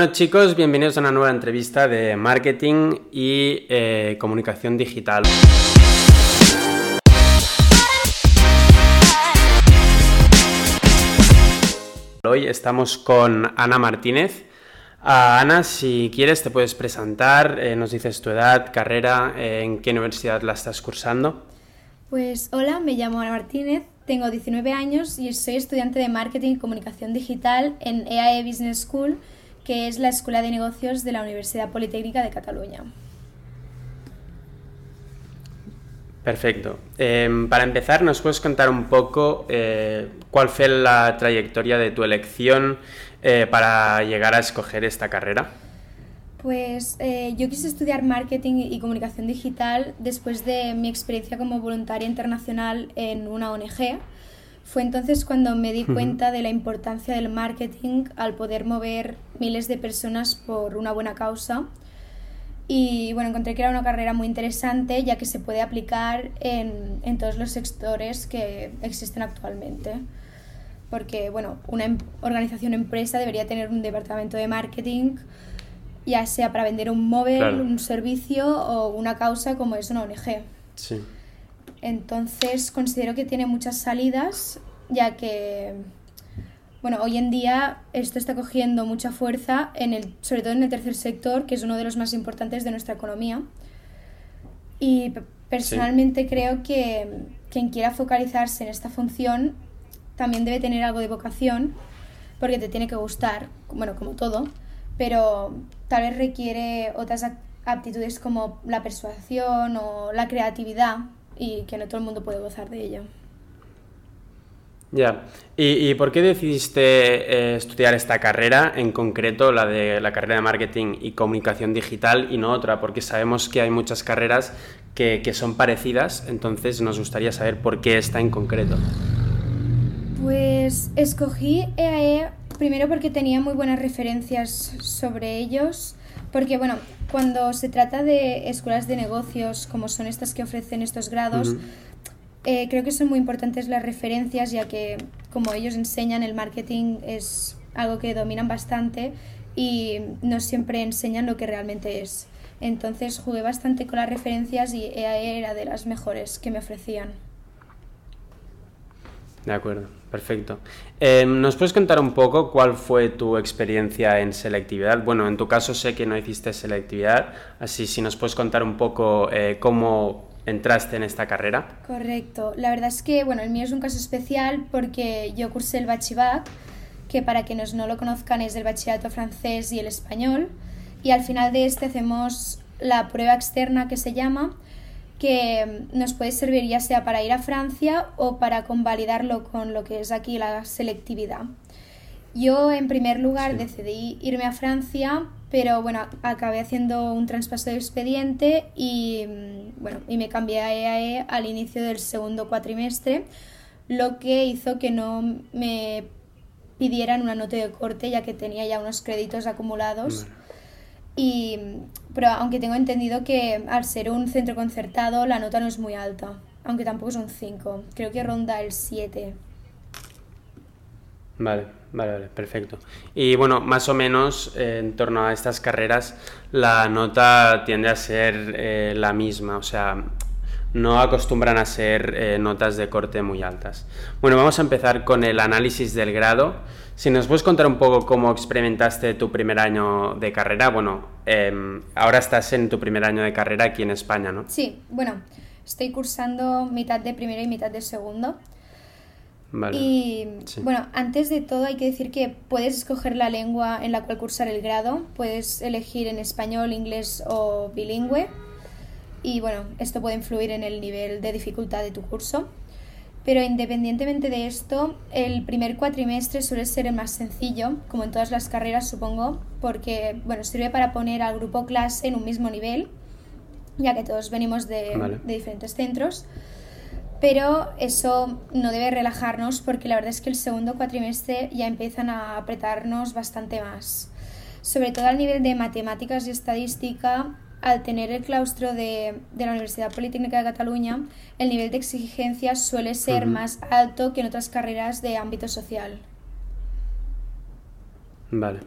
Bueno chicos, bienvenidos a una nueva entrevista de marketing y comunicación digital. Hoy estamos con Ana Martínez. Ana, si quieres te puedes presentar, nos dices tu edad, carrera, en qué universidad la estás cursando. Pues hola, me llamo Ana Martínez, tengo 19 años y soy estudiante de marketing y comunicación digital en EAE Business School, que es la Escuela de Negocios de la Universidad Politécnica de Cataluña. Perfecto. Para empezar, ¿nos puedes contar un poco cuál fue la trayectoria de tu elección para llegar a escoger esta carrera? Pues yo quise estudiar marketing y comunicación digital después de mi experiencia como voluntaria internacional en una ONG. Fue entonces cuando me di cuenta de la importancia del marketing al poder mover miles de personas por una buena causa. Y bueno, encontré que era una carrera muy interesante ya que se puede aplicar en todos los sectores que existen actualmente. Porque bueno, una organización o empresa debería tener un departamento de marketing, ya sea para vender un móvil, claro, un servicio o una causa como es una ONG. Sí. Entonces considero que tiene muchas salidas, ya que bueno, hoy en día esto está cogiendo mucha fuerza, sobre todo en el tercer sector, que es uno de los más importantes de nuestra economía. Y personalmente creo que quien quiera focalizarse en esta función también debe tener algo de vocación, porque te tiene que gustar, bueno, como todo, pero tal vez requiere otras aptitudes como la persuasión o la creatividad, y que no todo el mundo puede gozar de ello. Ya. ¿Y por qué decidiste estudiar esta carrera, en concreto la carrera de marketing y comunicación digital y no otra? Porque sabemos que hay muchas carreras que son parecidas, entonces nos gustaría saber por qué esta en concreto. Pues escogí EAE primero porque tenía muy buenas referencias sobre ellos, porque bueno, cuando se trata de escuelas de negocios como son estas que ofrecen estos grados, creo que son muy importantes las referencias, ya que como ellos enseñan, el marketing es algo que dominan bastante y no siempre enseñan lo que realmente es. Entonces jugué bastante con las referencias y EAE era de las mejores que me ofrecían. De acuerdo, perfecto. ¿Nos puedes contar un poco cuál fue tu experiencia en selectividad? Bueno, en tu caso sé que no hiciste selectividad, así si nos puedes contar un poco cómo entraste en esta carrera. Correcto. La verdad es que, bueno, el mío es un caso especial porque yo cursé el Batxibac, que para quienes no lo conozcan es el bachillerato francés y el español, y al final de este hacemos la prueba externa que se llama, que nos puede servir ya sea para ir a Francia o para convalidarlo con lo que es aquí la selectividad. Yo en primer lugar decidí irme a Francia, pero bueno, acabé haciendo un traspaso de expediente y me cambié a EAE al inicio del segundo cuatrimestre, lo que hizo que no me pidieran una nota de corte, ya que tenía ya unos créditos acumulados. Pero aunque tengo entendido que al ser un centro concertado la nota no es muy alta, aunque tampoco es un 5, creo que ronda el 7. Vale, perfecto. Y bueno, más o menos en torno a estas carreras la nota tiende a ser la misma, o sea, no acostumbran a ser notas de corte muy altas. Bueno, vamos a empezar con el análisis del grado. Si nos puedes contar un poco cómo experimentaste tu primer año de carrera. Bueno, ahora estás en tu primer año de carrera aquí en España, ¿no? Sí, bueno, estoy cursando mitad de primero y mitad de segundo. Vale. Y sí. Bueno, antes de todo hay que decir que puedes escoger la lengua en la cual cursar el grado, puedes elegir en español, inglés o bilingüe, y bueno, esto puede influir en el nivel de dificultad de tu curso. Pero independientemente de esto, el primer cuatrimestre suele ser el más sencillo, como en todas las carreras supongo, porque bueno, sirve para poner al grupo clase en un mismo nivel, ya que todos venimos de diferentes centros. Pero eso no debe relajarnos, porque la verdad es que el segundo cuatrimestre ya empiezan a apretarnos bastante más. Sobre todo al nivel de matemáticas y estadística, al tener el claustro de la Universidad Politécnica de Cataluña, el nivel de exigencia suele ser más alto que en otras carreras de ámbito social. Vale.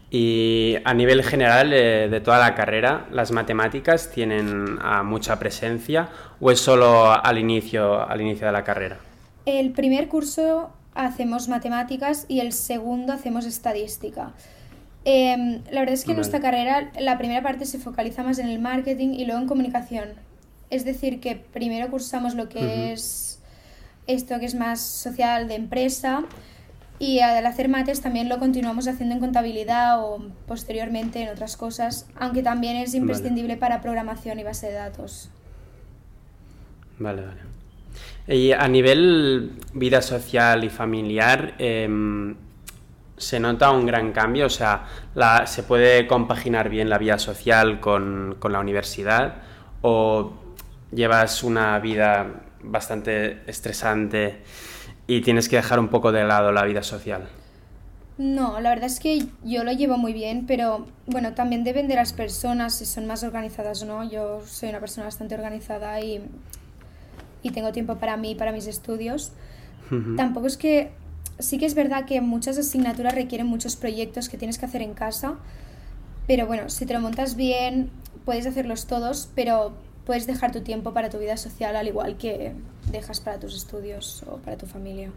Y a nivel general de toda la carrera, ¿las matemáticas tienen mucha presencia o es solo al inicio de la carrera? El primer curso hacemos matemáticas y el segundo hacemos estadística. La verdad es que en nuestra carrera la primera parte se focaliza más en el marketing y luego en comunicación. Es decir, que primero cursamos lo que es esto que es más social de empresa y al hacer mates también lo continuamos haciendo en contabilidad o posteriormente en otras cosas, aunque también es imprescindible para programación y base de datos. Vale. Y a nivel vida social y familiar, ¿se nota un gran cambio? O sea, ¿se puede compaginar bien la vida social con la universidad? ¿O llevas una vida bastante estresante y tienes que dejar un poco de lado la vida social? No, la verdad es que yo lo llevo muy bien, pero bueno, también depende de las personas si son más organizadas o no. Yo soy una persona bastante organizada y tengo tiempo para mí, para mis estudios. Tampoco es que... Sí que es verdad que muchas asignaturas requieren muchos proyectos que tienes que hacer en casa, pero bueno, si te lo montas bien, puedes hacerlos todos, pero puedes dejar tu tiempo para tu vida social al igual que dejas para tus estudios o para tu familia.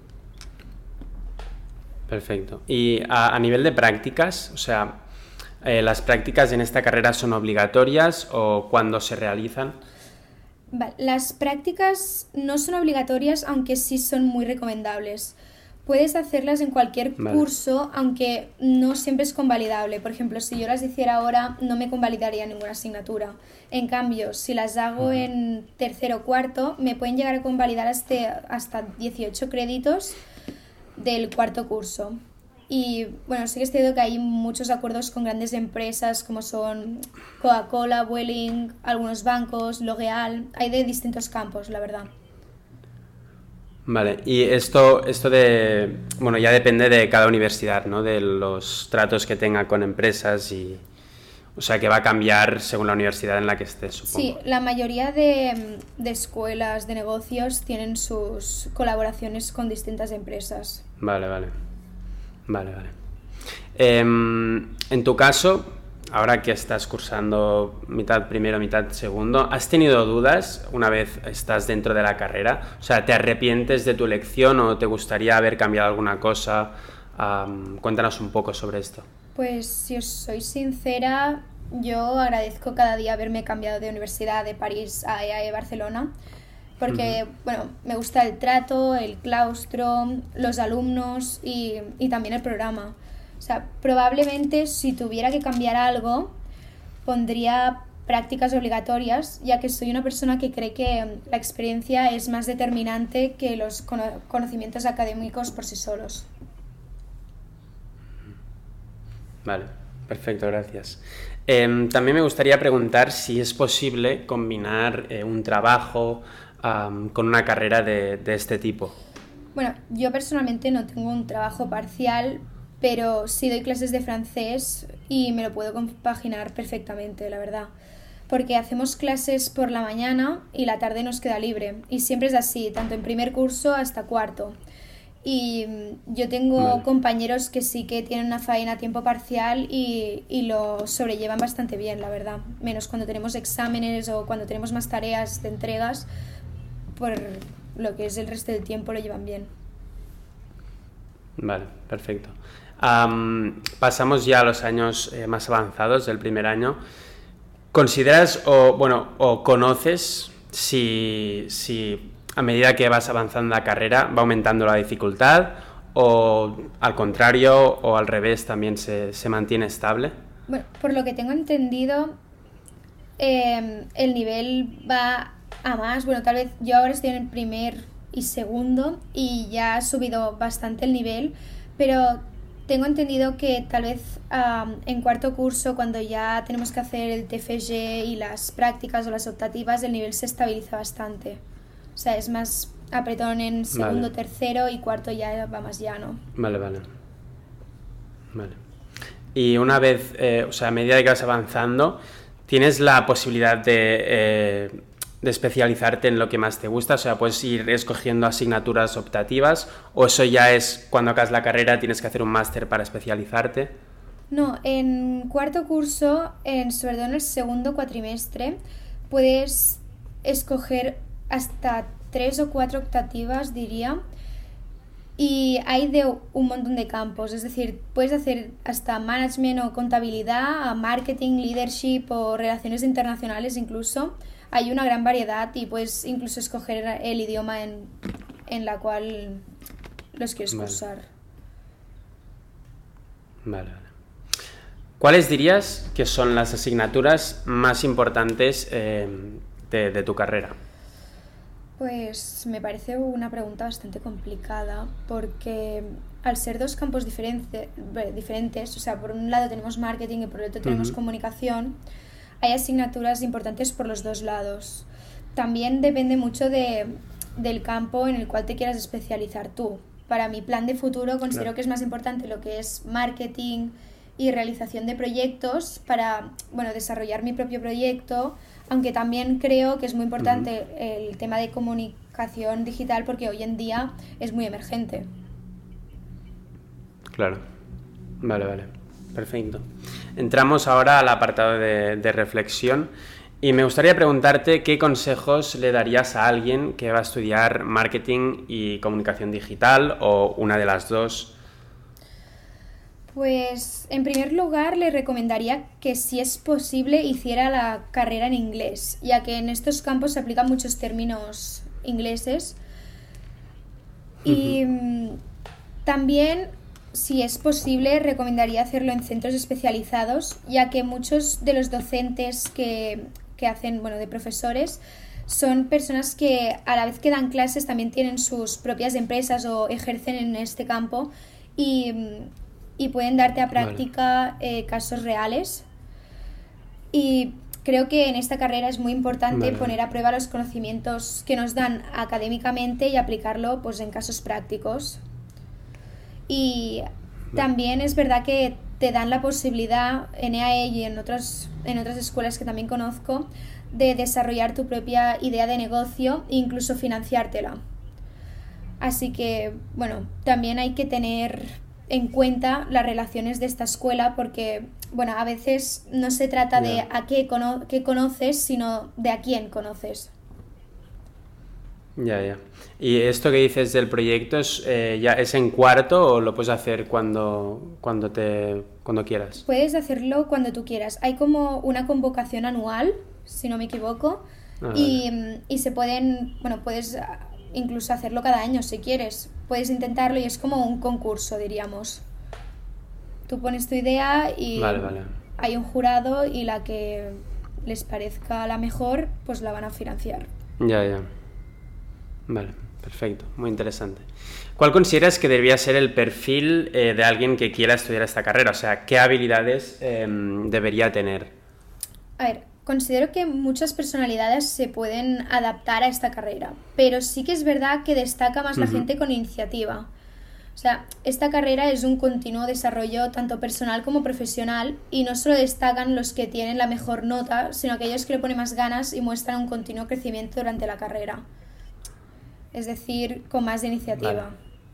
Perfecto. Y a nivel de prácticas, o sea, ¿las prácticas en esta carrera son obligatorias o cuándo se realizan? Vale, las prácticas no son obligatorias, aunque sí son muy recomendables. Puedes hacerlas en cualquier curso, aunque no siempre es convalidable. Por ejemplo, si yo las hiciera ahora, no me convalidaría ninguna asignatura. En cambio, si las hago en tercero o cuarto, me pueden llegar a convalidar hasta 18 créditos del cuarto curso. Y bueno, sí que es cierto que hay muchos acuerdos con grandes empresas como son Coca-Cola, Vueling, algunos bancos, L'Oréal. Hay de distintos campos, la verdad. Vale, y esto de, bueno, ya depende de cada universidad, ¿no? De los tratos que tenga con empresas y, o sea, que va a cambiar según la universidad en la que estés, supongo. Sí, la mayoría de escuelas de negocios tienen sus colaboraciones con distintas empresas. Vale. En tu caso, ahora que estás cursando mitad primero, mitad segundo, ¿has tenido dudas una vez estás dentro de la carrera? O sea, ¿te arrepientes de tu elección o te gustaría haber cambiado alguna cosa? Cuéntanos un poco sobre esto. Pues si os soy sincera, yo agradezco cada día haberme cambiado de universidad de París a EAE Barcelona, porque bueno, me gusta el trato, el claustro, los alumnos y también el programa. O sea, probablemente si tuviera que cambiar algo, pondría prácticas obligatorias, ya que soy una persona que cree que la experiencia es más determinante que los conocimientos académicos por sí solos. Vale, perfecto, gracias. También me gustaría preguntar si es posible combinar un trabajo con una carrera de este tipo. Bueno, yo personalmente no tengo un trabajo parcial, pero sí doy clases de francés y me lo puedo compaginar perfectamente, la verdad. Porque hacemos clases por la mañana y la tarde nos queda libre. Y siempre es así, tanto en primer curso hasta cuarto. Y yo tengo compañeros que sí que tienen una faena a tiempo parcial y lo sobrellevan bastante bien, la verdad. Menos cuando tenemos exámenes o cuando tenemos más tareas de entregas, por lo que es el resto del tiempo lo llevan bien. Vale, perfecto. Pasamos ya a los años más avanzados del primer año. ¿Consideras o conoces si a medida que vas avanzando en la carrera va aumentando la dificultad o al contrario o al revés también se mantiene estable? Bueno, por lo que tengo entendido, el nivel va a más. Bueno, tal vez yo ahora estoy en el primer y segundo y ya ha subido bastante el nivel, pero tengo entendido que tal vez en cuarto curso, cuando ya tenemos que hacer el TFG y las prácticas o las optativas, el nivel se estabiliza bastante. O sea, es más apretón en segundo, tercero y cuarto ya va más llano. Vale. Y una vez, o sea, a medida que vas avanzando, ¿tienes la posibilidad de especializarte en lo que más te gusta? O sea, puedes ir escogiendo asignaturas optativas o eso ya es cuando acabas la carrera tienes que hacer un máster para especializarte. No, en cuarto curso, sobre todo en el segundo cuatrimestre, puedes escoger hasta 3 o 4 optativas, diría, y hay de un montón de campos, es decir, puedes hacer hasta management o contabilidad, a marketing, leadership o relaciones internacionales incluso. Hay una gran variedad y puedes incluso escoger el idioma en la cual los quieres cursar. Vale. ¿Cuáles dirías que son las asignaturas más importantes de tu carrera? Pues me parece una pregunta bastante complicada porque al ser dos campos diferentes, o sea, por un lado tenemos marketing y por el otro tenemos comunicación, hay asignaturas importantes por los dos lados. También depende mucho del campo en el cual te quieras especializar tú. Para mi plan de futuro considero que es más importante lo que es marketing y realización de proyectos para, bueno, desarrollar mi propio proyecto, aunque también creo que es muy importante el tema de comunicación digital porque hoy en día es muy emergente. Claro. Vale. Perfecto. Entramos ahora al apartado de reflexión y me gustaría preguntarte qué consejos le darías a alguien que va a estudiar marketing y comunicación digital o una de las dos. Pues en primer lugar le recomendaría que si es posible hiciera la carrera en inglés, ya que en estos campos se aplican muchos términos ingleses. Y también, si es posible, recomendaría hacerlo en centros especializados, ya que muchos de los docentes que hacen, bueno, de profesores, son personas que a la vez que dan clases también tienen sus propias empresas o ejercen en este campo y pueden darte a práctica casos reales. Y creo que en esta carrera es muy importante poner a prueba los conocimientos que nos dan académicamente y aplicarlo pues en casos prácticos. Y también es verdad que te dan la posibilidad en EAE y en otras escuelas que también conozco de desarrollar tu propia idea de negocio e incluso financiártela. Así que, bueno, también hay que tener en cuenta las relaciones de esta escuela porque, bueno, a veces no se trata de a qué conoces, sino de a quién conoces. Ya. ¿Y esto que dices del proyecto ya es en cuarto o lo puedes hacer cuando quieras? Puedes hacerlo cuando tú quieras. Hay como una convocación anual, si no me equivoco, y se pueden, bueno, puedes incluso hacerlo cada año si quieres. Puedes intentarlo y es como un concurso, diríamos. Tú pones tu idea y hay un jurado y la que les parezca la mejor, pues la van a financiar. Ya. Vale, perfecto, muy interesante. ¿Cuál consideras que debería ser el perfil de alguien que quiera estudiar esta carrera? O sea, ¿qué habilidades debería tener? A ver, considero que muchas personalidades se pueden adaptar a esta carrera, pero sí que es verdad que destaca más la gente con iniciativa. O sea, esta carrera es un continuo desarrollo tanto personal como profesional y no solo destacan los que tienen la mejor nota, sino aquellos que le ponen más ganas y muestran un continuo crecimiento durante la carrera. Es decir, con más iniciativa.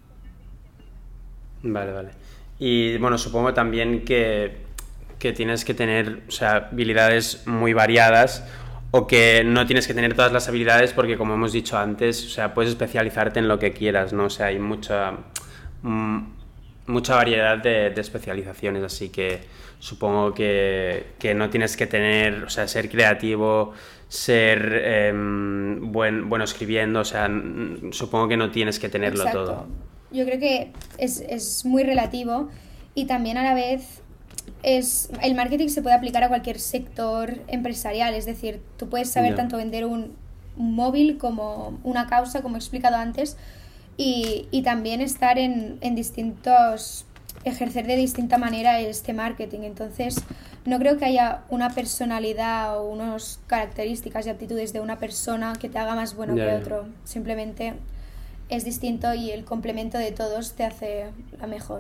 Vale. Y bueno, supongo también que tienes que tener, o sea, habilidades muy variadas o que no tienes que tener todas las habilidades porque, como hemos dicho antes, o sea, puedes especializarte en lo que quieras, ¿no? O sea, hay mucha variedad de especializaciones, así que supongo que no tienes que tener, o sea, ser creativo, ser bueno escribiendo, o sea, supongo que no tienes que tenerlo todo. Yo creo que es muy relativo y también a la vez el marketing se puede aplicar a cualquier sector empresarial, es decir, tú puedes saber tanto vender un móvil como una causa, como he explicado antes, y también estar en distintos, ejercer de distinta manera este marketing. Entonces no creo que haya una personalidad o unas características y aptitudes de una persona que te haga más bueno que otro, simplemente es distinto y el complemento de todos te hace la mejor.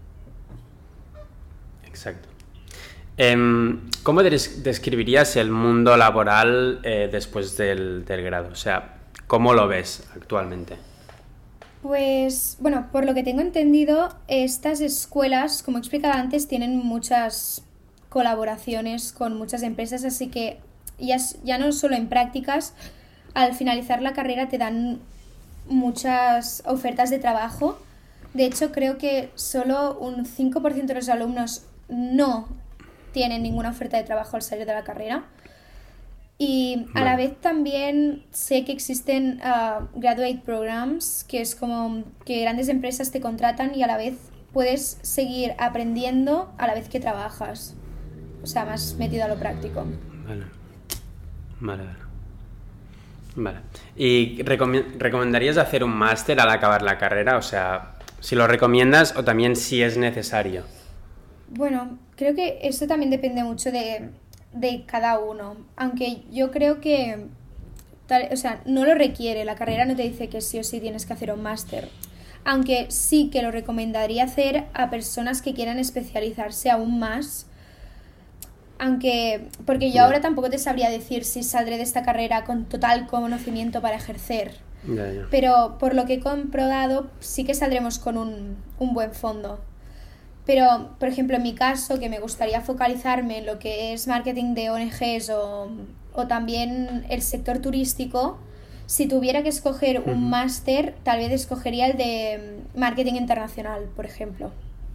Exacto. ¿Cómo describirías el mundo laboral después del grado? O sea, ¿cómo lo ves actualmente? Pues, bueno, por lo que tengo entendido, estas escuelas, como he explicado antes, tienen muchas colaboraciones con muchas empresas, así que ya no solo en prácticas, al finalizar la carrera te dan muchas ofertas de trabajo. De hecho, creo que solo un 5% de los alumnos no tienen ninguna oferta de trabajo al salir de la carrera. Y a la Vale. vez también sé que existen graduate programs, que es como que grandes empresas te contratan y a la vez puedes seguir aprendiendo a la vez que trabajas. O sea, más metido a lo práctico. Vale. Vale, vale. Vale. ¿Y recomendarías hacer un máster al acabar la carrera? O sea, si lo recomiendas o también si es necesario. Bueno, creo que eso también depende mucho de cada uno. Aunque yo creo que, o sea, no lo requiere. La carrera no te dice que sí o sí tienes que hacer un máster. Aunque sí que lo recomendaría hacer a personas que quieran especializarse aún más. Aunque, porque yo Ya, ahora tampoco te sabría decir si saldré de esta carrera con total conocimiento para ejercer. ya, ya. Pero por lo que he comprobado, sí que saldremos con un buen fondo. Pero, por ejemplo, en mi caso, que me gustaría focalizarme en lo que es marketing de ONGs o también el sector turístico, si tuviera que escoger un máster, tal vez escogería el de marketing internacional, por ejemplo.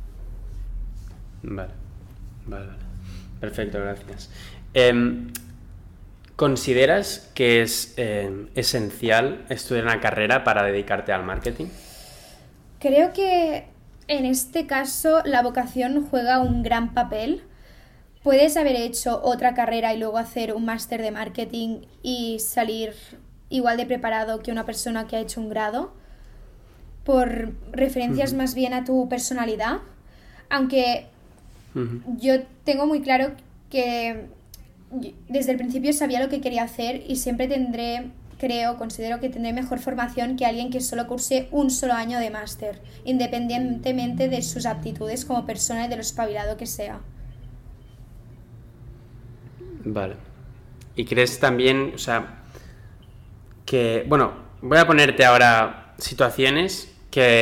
Vale, vale, vale. Perfecto, gracias. Em, ¿Consideras que es esencial estudiar una carrera para dedicarte al marketing? Creo que en este caso la vocación juega un gran papel. Puedes haber hecho otra carrera y luego hacer un máster de marketing y salir igual de preparado que una persona que ha hecho un grado, por referencias más bien a tu personalidad. Aunque Ujú. yo tengo muy claro que desde el principio sabía lo que quería hacer y siempre considero que tendré mejor formación que alguien que solo curse un solo año de máster, independientemente de sus aptitudes como persona y de lo espabilado que sea. Vale. ¿Y crees también, o sea, que, bueno, voy a ponerte ahora situaciones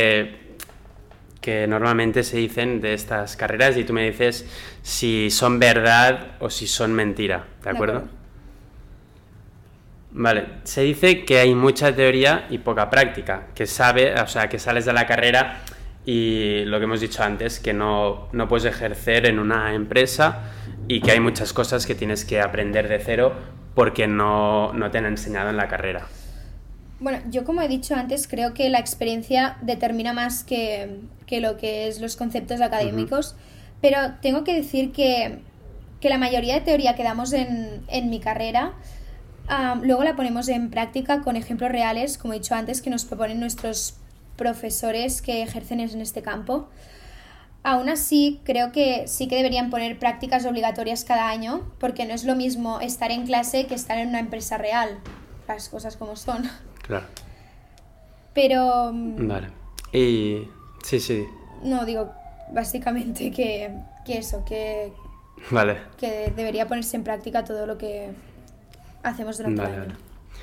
que normalmente se dicen de estas carreras y tú me dices si son verdad o si son mentira, ¿de ¿De acuerdo? acuerdo? Vale, se dice que hay mucha teoría y poca práctica, o sea, que sales de la carrera y lo que hemos dicho antes, que no puedes ejercer en una empresa y que hay muchas cosas que tienes que aprender de cero porque no te han enseñado en la carrera. Bueno, yo como he dicho antes, creo que la experiencia determina más que lo que es los conceptos Ujú. académicos, pero tengo que decir que la mayoría de teoría que damos en mi carrera, luego la ponemos en práctica con ejemplos reales, como he dicho antes, que nos proponen nuestros profesores que ejercen en este campo. Aún así, creo que sí que deberían poner prácticas obligatorias cada año, porque no es lo mismo estar en clase que estar en una empresa real, las cosas como son. Claro. Pero Vale. Y... Sí, sí. no digo básicamente que eso, Vale. que debería ponerse en práctica todo lo que hacemos durante el Vale, año. vale.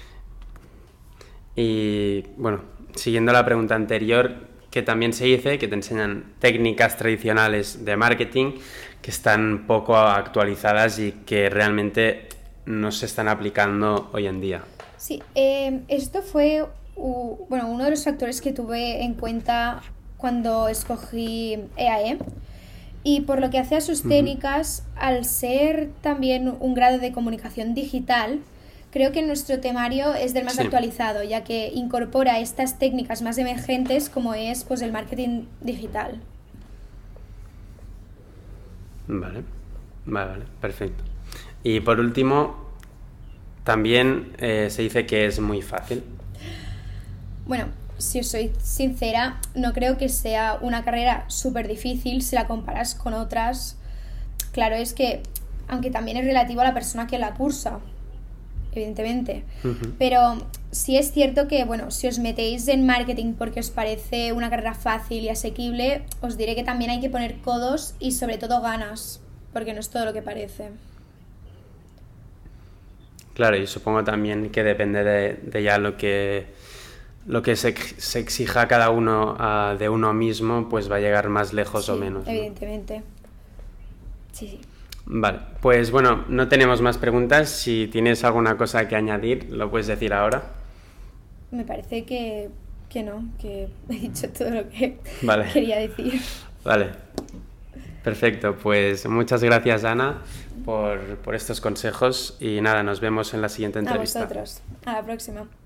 Y bueno, siguiendo la pregunta anterior, que también se dice que te enseñan técnicas tradicionales de marketing que están poco actualizadas y que realmente no se están aplicando hoy en día. Sí, esto fue bueno, uno de los factores que tuve en cuenta cuando escogí EAE. Y por lo que hace a sus Ujú. técnicas, al ser también un grado de comunicación digital, creo que nuestro temario es del más Sí, actualizado, ya que incorpora estas técnicas más emergentes como es pues el marketing digital. vale, vale, vale, perfecto. Y por último, también se dice que es muy fácil. Bueno, si os soy sincera, no creo que sea una carrera súper difícil si la comparas con otras. Claro, es que, aunque también es relativo a la persona que la cursa, evidentemente. Ujú. Pero sí es cierto que, bueno, si os metéis en marketing porque os parece una carrera fácil y asequible, os diré que también hay que poner codos y sobre todo ganas, porque no es todo lo que parece. Claro, y supongo también que depende de ya lo que se exija a cada uno de uno mismo, pues va a llegar más lejos Sí, o menos, ¿no? evidentemente. Sí, sí. Vale, pues bueno, no tenemos más preguntas. Si tienes alguna cosa que añadir, lo puedes decir ahora. Me parece que no, que he dicho todo lo que Vale. quería decir. Vale, perfecto. Pues muchas gracias, Ana, por estos consejos y nada, nos vemos en la siguiente A entrevista. vosotros. A la próxima.